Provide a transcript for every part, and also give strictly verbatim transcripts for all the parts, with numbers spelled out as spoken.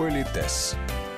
Политес.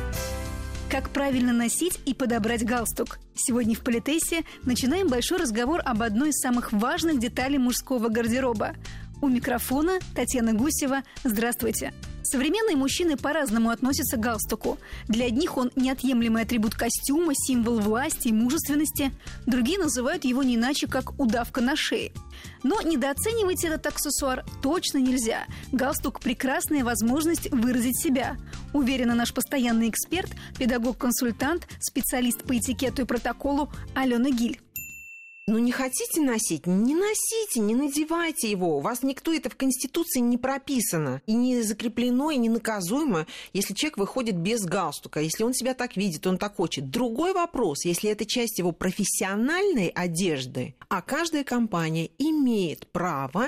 Как правильно носить и подобрать галстук? Сегодня в Политесе начинаем большой разговор об одной из самых важных деталей мужского гардероба. У микрофона Татьяна Гусева. Здравствуйте. Современные мужчины по-разному относятся к галстуку. Для одних он неотъемлемый атрибут костюма, символ власти и мужественности. Другие называют его не иначе, как удавка на шее. Но недооценивать этот аксессуар точно нельзя. Галстук – прекрасная возможность выразить себя. Уверена наш постоянный эксперт, педагог-консультант, специалист по этикету и протоколу Алена Гиль. Ну, не хотите носить? Не носите, не надевайте его. У вас никто это в Конституции не прописано. И не закреплено, и не наказуемо, если человек выходит без галстука. Если он себя так видит, он так хочет. Другой вопрос, если это часть его профессиональной одежды, а каждая компания имеет право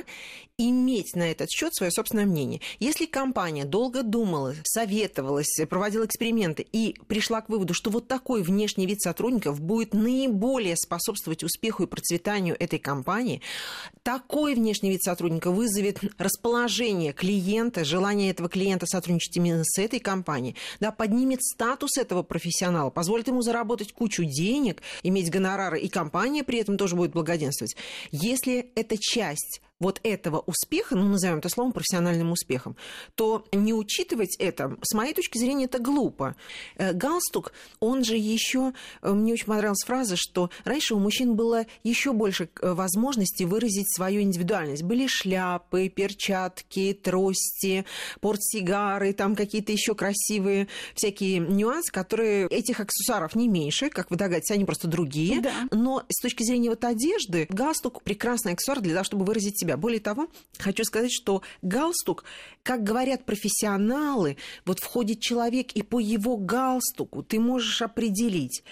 иметь на этот счет свое собственное мнение. Если компания долго думала, советовалась, проводила эксперименты и пришла к выводу, что вот такой внешний вид сотрудников будет наиболее способствовать успеху и процветанию этой компании, такой внешний вид сотрудника вызовет расположение клиента, желание этого клиента сотрудничать именно с этой компанией, да, поднимет статус этого профессионала, позволит ему заработать кучу денег, иметь гонорары, и компания при этом тоже будет благоденствовать. Если это часть вот этого успеха, ну, назовем это словом профессиональным успехом, то не учитывать это, с моей точки зрения, это глупо. Галстук, он же еще, мне очень понравилась фраза, что раньше у мужчин было еще больше возможностей выразить свою индивидуальность. Были шляпы, перчатки, трости, портсигары, там какие-то еще красивые всякие нюансы, которые этих аксессуаров не меньше, как вы догадываетесь, они просто другие. Да. Но с точки зрения вот одежды, галстук прекрасный аксессуар для того, чтобы выразить себя. Более того, хочу сказать, что галстук, как говорят профессионалы, вот входит человек, и по его галстуку ты можешь определить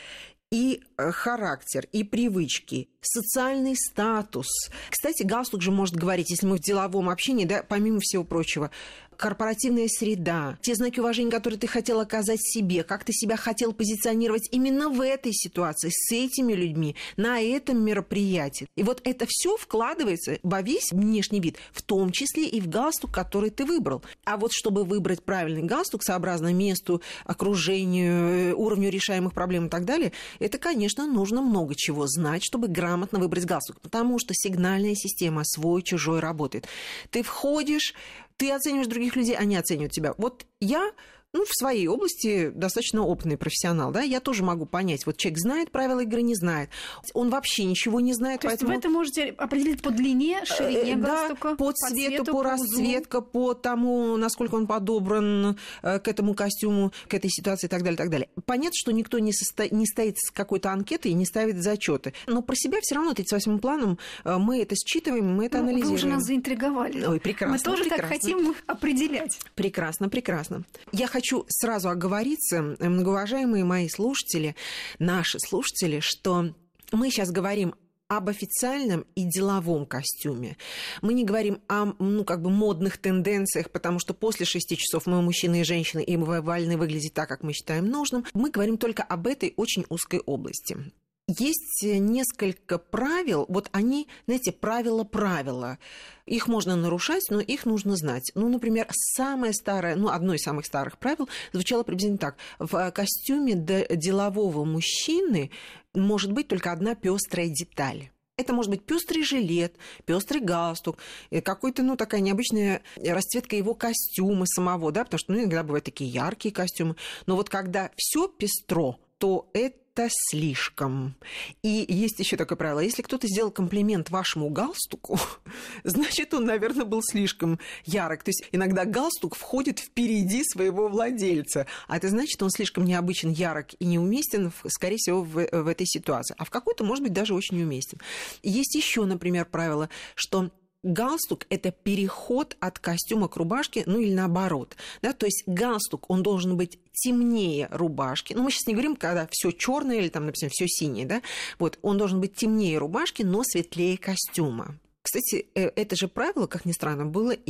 и характер, и привычки, социальный статус. Кстати, галстук же может говорить, если мы в деловом общении, да, помимо всего прочего, корпоративная среда, те знаки уважения, которые ты хотел оказать себе, как ты себя хотел позиционировать именно в этой ситуации, с этими людьми, на этом мероприятии. И вот это все вкладывается во весь внешний вид, в том числе и в галстук, который ты выбрал. А вот чтобы выбрать правильный галстук, сообразно месту, окружению, уровню решаемых проблем и так далее, это, конечно, нужно много чего знать, чтобы грамотно выбрать галстук, потому что сигнальная система свой-чужой работает. Ты входишь, ты оцениваешь других людей, они оценивают тебя. Вот я, ну, в своей области достаточно опытный профессионал, да, я тоже могу понять, вот человек знает правила игры, не знает. Он вообще ничего не знает. То поэтому... есть вы это можете определить по длине, ширине галстука, да, по цвету, по, по расцветке, по тому, насколько он подобран к этому костюму, к этой ситуации и так далее, и так далее. Понятно, что никто не, состо... не стоит с какой-то анкетой и не ставит зачеты. Но про себя все равно тридцать восьмым планом мы это считываем, мы это ну, анализируем. Вы уже нас заинтриговали. Ой, прекрасно. Мы тоже прекрасно. так хотим определять. Прекрасно, прекрасно. Я хочу сразу оговориться, многоуважаемые мои слушатели, наши слушатели, что мы сейчас говорим об официальном и деловом костюме. Мы не говорим о, ну, как бы модных тенденциях, потому что после шести часов мы мужчины и женщины, и мы вольны выглядеть так, как мы считаем нужным. Мы говорим только об этой очень узкой области. Есть несколько правил, вот они, знаете, правила-правила. Их можно нарушать, но их нужно знать. Ну, например, самое старое, ну, одно из самых старых правил звучало приблизительно так. В костюме делового мужчины может быть только одна пестрая деталь. Это может быть пестрый жилет, пестрый галстук, какой-то, ну, такая необычная расцветка его костюма самого, да, потому что, ну, иногда бывают такие яркие костюмы. Но вот когда все пестро, то это слишком. И есть еще такое правило. Если кто-то сделал комплимент вашему галстуку, значит, он, наверное, был слишком ярок. То есть иногда галстук входит впереди своего владельца. А это значит, он слишком необычен, ярок и неуместен, скорее всего, в, в этой ситуации. А в какой-то, может быть, даже очень уместен. Есть еще, например, правило, что галстук – это переход от костюма к рубашке, ну или наоборот. Да? То есть галстук, он должен быть темнее рубашки. Ну, мы сейчас не говорим, когда все черное или, там, например, все синее. Да? Вот, он должен быть темнее рубашки, но светлее костюма. Кстати, это же правило, как ни странно, было и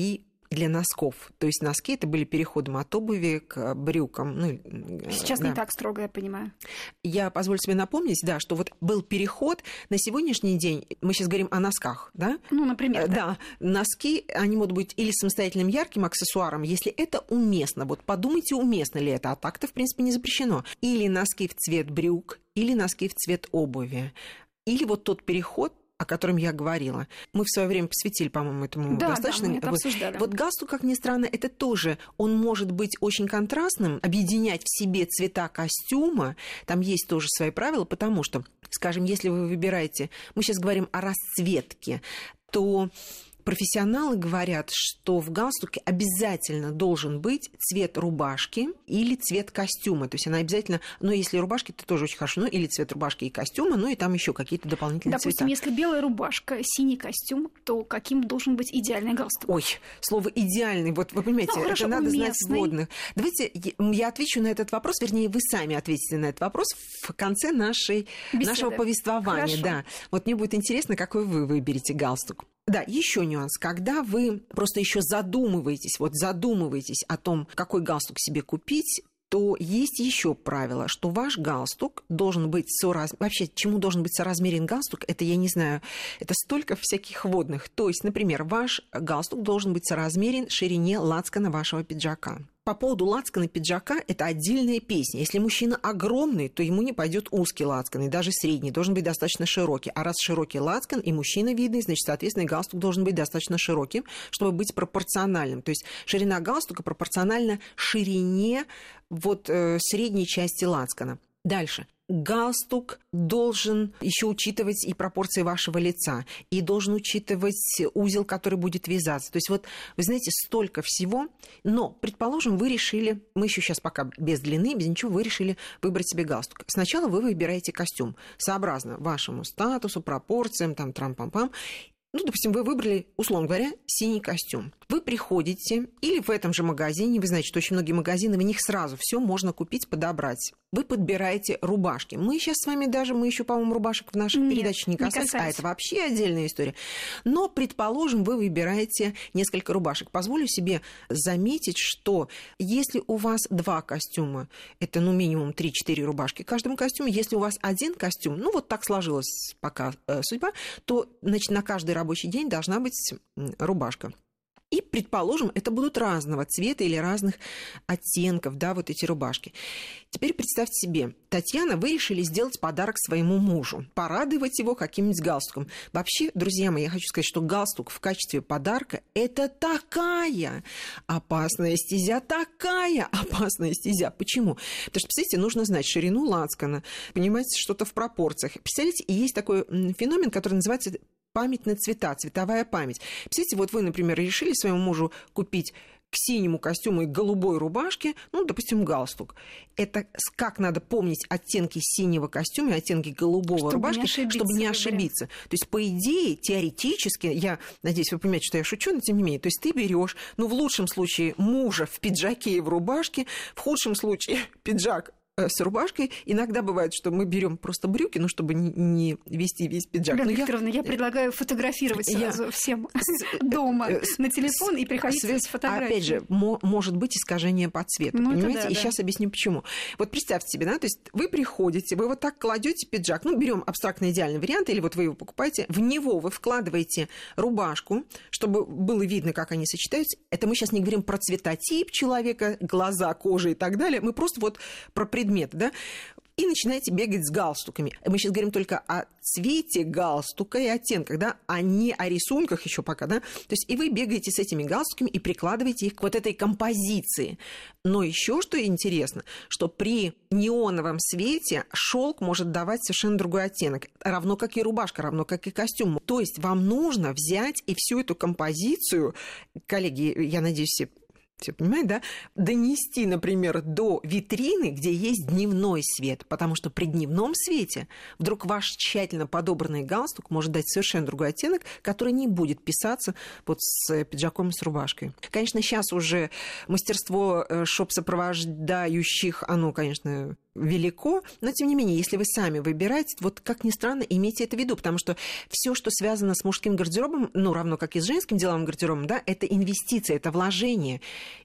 для носков. То есть носки это были переходом от обуви к брюкам. Ну, сейчас да. не так строго, я понимаю. Я позволю себе напомнить, да, что вот был переход. На сегодняшний день, мы сейчас говорим о носках, да? Ну, например. Да, да. Носки, они могут быть или самостоятельным ярким аксессуаром, если это уместно. Вот подумайте, уместно ли это, а так-то, в принципе, не запрещено. Или носки в цвет брюк, или носки в цвет обуви. Или вот тот переход, о котором я говорила. Мы в свое время посвятили, по-моему, этому да, достаточно. Да, мы это обсуждали. Вот галстук, как ни странно, это тоже, он может быть очень контрастным, объединять в себе цвета костюма. Там есть тоже свои правила, потому что, скажем, если вы выбираете, мы сейчас говорим о расцветке, то профессионалы говорят, что в галстуке обязательно должен быть цвет рубашки или цвет костюма. То есть она обязательно, но если рубашки, то тоже очень хорошо, ну или цвет рубашки и костюма, ну и там еще какие-то дополнительные Допустим, цвета. если белая рубашка, синий костюм, то каким должен быть идеальный галстук? Ой, слово «идеальный», вот вы понимаете, ну, хорошо, это надо уместный. знать вводных. Давайте я отвечу на этот вопрос, вернее, вы сами ответите на этот вопрос в конце нашей, нашего повествования. Хорошо. Да. Вот мне будет интересно, какой вы выберете галстук. Да, еще нюанс. Когда вы просто еще задумываетесь, вот задумываетесь о том, какой галстук себе купить, то есть еще правило, что ваш галстук должен быть соразмерен. Вообще, чему должен быть соразмерен галстук, это я не знаю, это столько всяких вводных. То есть, например, ваш галстук должен быть соразмерен ширине лацкана вашего пиджака. По поводу лацкана пиджака это отдельная песня. Если мужчина огромный, то ему не пойдет узкий лацкан, и даже средний, должен быть достаточно широкий. А раз широкий лацкан и мужчина видный, значит, соответственно, галстук должен быть достаточно широким, чтобы быть пропорциональным. То есть ширина галстука пропорциональна ширине вот, э, средней части лацкана. Дальше. Галстук должен еще учитывать и пропорции вашего лица, и должен учитывать узел, который будет вязаться. То есть вот, вы знаете, столько всего. Но, предположим, вы решили, мы еще сейчас пока без длины, без ничего, вы решили выбрать себе галстук. Сначала вы выбираете костюм сообразно вашему статусу, пропорциям, там, трам-пам-пам. Ну, допустим, вы выбрали, условно говоря, синий костюм. Вы приходите, или в этом же магазине, вы знаете, что очень многие магазины, в них сразу все можно купить, подобрать. Вы подбираете рубашки. Мы сейчас с вами даже, мы еще, по-моему, рубашек в наших Нет, передачах не касались, не касались, а это вообще отдельная история. Но, предположим, вы выбираете несколько рубашек. Позволю себе заметить, что если у вас два костюма, это, ну, минимум три-четыре рубашки к каждому костюму, если у вас один костюм, ну, вот так сложилась пока э, судьба, то, значит, на каждый рабочий день должна быть рубашка. И, предположим, это будут разного цвета или разных оттенков, да, вот эти рубашки. Теперь представьте себе, Татьяна, вы решили сделать подарок своему мужу, порадовать его каким-нибудь галстуком. Вообще, друзья мои, я хочу сказать, что галстук в качестве подарка – это такая опасная стезя, такая опасная стезя. Почему? Потому что, представляете, нужно знать ширину лацкана, понимаете, что-то в пропорциях. Представляете, и есть такой феномен, который называется память на цвета, цветовая память. Представляете, вот вы, например, решили своему мужу купить к синему костюму и к голубой рубашке, ну, допустим, галстук. Это как надо помнить оттенки синего костюма и оттенки голубого чтобы рубашки, не чтобы не ошибиться. То есть, по идее, теоретически, я надеюсь, вы понимаете, что я шучу, но тем не менее, то есть ты берешь, ну, в лучшем случае, мужа в пиджаке и в рубашке, в худшем случае пиджак с рубашкой. Иногда бывает, что мы берем просто брюки, ну, чтобы не вести весь пиджак. Галина Но Викторовна, я... я предлагаю фотографировать сразу я... всем дома на телефон и приходить с фотографией. Опять же, может быть искажение по цвету, ну, понимаете? Да, и да. Сейчас объясню, почему. Вот представьте себе, да, то есть вы приходите, вы вот так кладете пиджак, ну, берем абстрактно идеальный вариант, или вот вы его покупаете, в него вы вкладываете рубашку, чтобы было видно, как они сочетаются. Это мы сейчас не говорим про цветотип человека, глаза, кожа и так далее. Мы просто вот про предмет. Да? И начинаете бегать с галстуками. Мы сейчас говорим только о цвете галстука и оттенках, да, а не о рисунках еще пока, да. То есть и вы бегаете с этими галстуками и прикладываете их к вот этой композиции. Но еще что интересно, что при неоновом свете шелк может давать совершенно другой оттенок, равно как и рубашка, равно как и костюм. То есть вам нужно взять и всю эту композицию, коллеги, я надеюсь, все Все понимаете, да? Донести, например, до витрины, где есть дневной свет, потому что при дневном свете вдруг ваш тщательно подобранный галстук может дать совершенно другой оттенок, который не будет писаться вот с пиджаком и с рубашкой. Конечно, сейчас уже мастерство шоп-сопровождающих, оно, конечно, велико, но тем не менее, если вы сами выбираете, вот как ни странно, имейте это в виду, потому что все, что связано с мужским гардеробом, ну, равно как и с женским деловым гардеробом, да, это инвестиция, это вложение,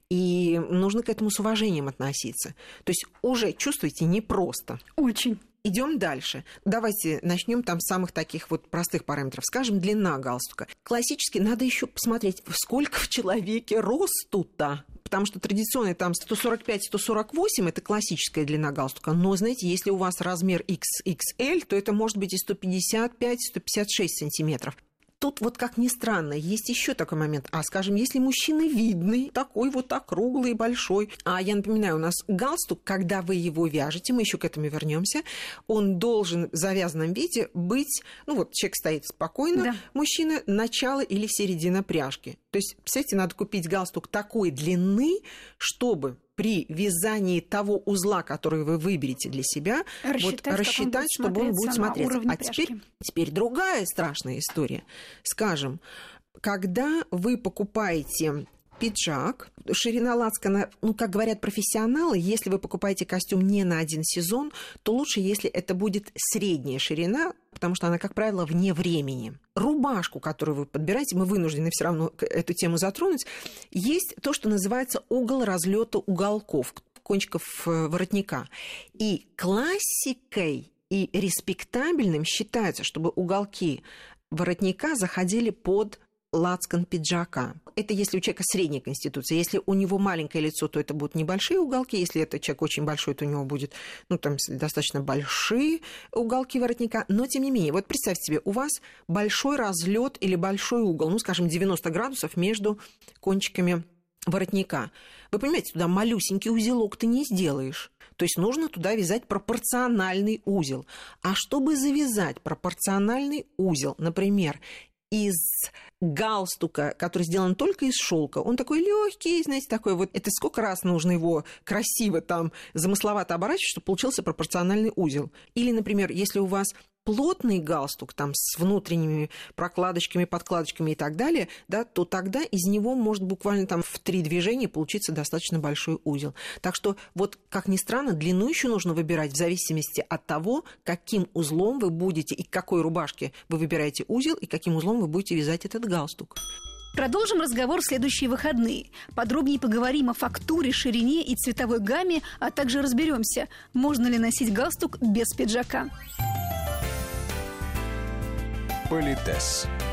и нужно к этому с уважением относиться. То есть уже чувствуете непросто. Очень. Идем дальше. Давайте начнем там с самых таких вот простых параметров. Скажем, длина галстука. Классически надо еще посмотреть, сколько в человеке росту-то. Потому что традиционно там сто сорок пять - сто сорок восемь – это классическая длина галстука. Но, знаете, если у вас размер икс икс эль, то это может быть и сто пятьдесят пять - сто пятьдесят шесть сантиметров. Тут вот как ни странно, есть еще такой момент. А, скажем, если мужчина видный, такой вот округлый, большой. А я напоминаю, у нас галстук, когда вы его вяжете, мы еще к этому вернемся, он должен в завязанном виде быть, ну вот человек стоит спокойно, да. Мужчина, начало или середина пряжки. То есть, представляете, надо купить галстук такой длины, чтобы при вязании того узла, который вы выберете для себя, рассчитать, вот, рассчитать, чтобы он будет смотреться. А теперь, теперь другая страшная история. Скажем, когда вы покупаете пиджак, ширина лацкана, ну, как говорят профессионалы, если вы покупаете костюм не на один сезон, то лучше, если это будет средняя ширина, потому что она, как правило, вне времени. Рубашку, которую вы подбираете, мы вынуждены все равно эту тему затронуть, есть то, что называется угол разлета уголков, кончиков воротника. И классикой и респектабельным считается, чтобы уголки воротника заходили под лацкан пиджака. Это если у человека средняя конституция. Если у него маленькое лицо, то это будут небольшие уголки. Если это человек очень большой, то у него будет, ну, там, достаточно большие уголки воротника. Но, тем не менее, вот представьте себе, у вас большой разлет или большой угол, ну, скажем, девяносто градусов между кончиками воротника. Вы понимаете, туда малюсенький узелок ты не сделаешь. То есть нужно туда вязать пропорциональный узел. А чтобы завязать пропорциональный узел, например, из галстука, который сделан только из шелка, он такой легкий, знаете, такой вот. Это сколько раз нужно его красиво там замысловато оборачивать, чтобы получился пропорциональный узел. Или, например, если у вас плотный галстук там с внутренними прокладочками, подкладочками и так далее, да, то тогда из него может буквально там в три движения получиться достаточно большой узел. Так что вот, как ни странно, длину еще нужно выбирать в зависимости от того, каким узлом вы будете и к какой рубашке вы выбираете узел и каким узлом вы будете вязать этот галстук. Продолжим разговор в следующие выходные. Подробнее поговорим о фактуре, ширине и цветовой гамме, а также разберемся, можно ли носить галстук без пиджака. Политес.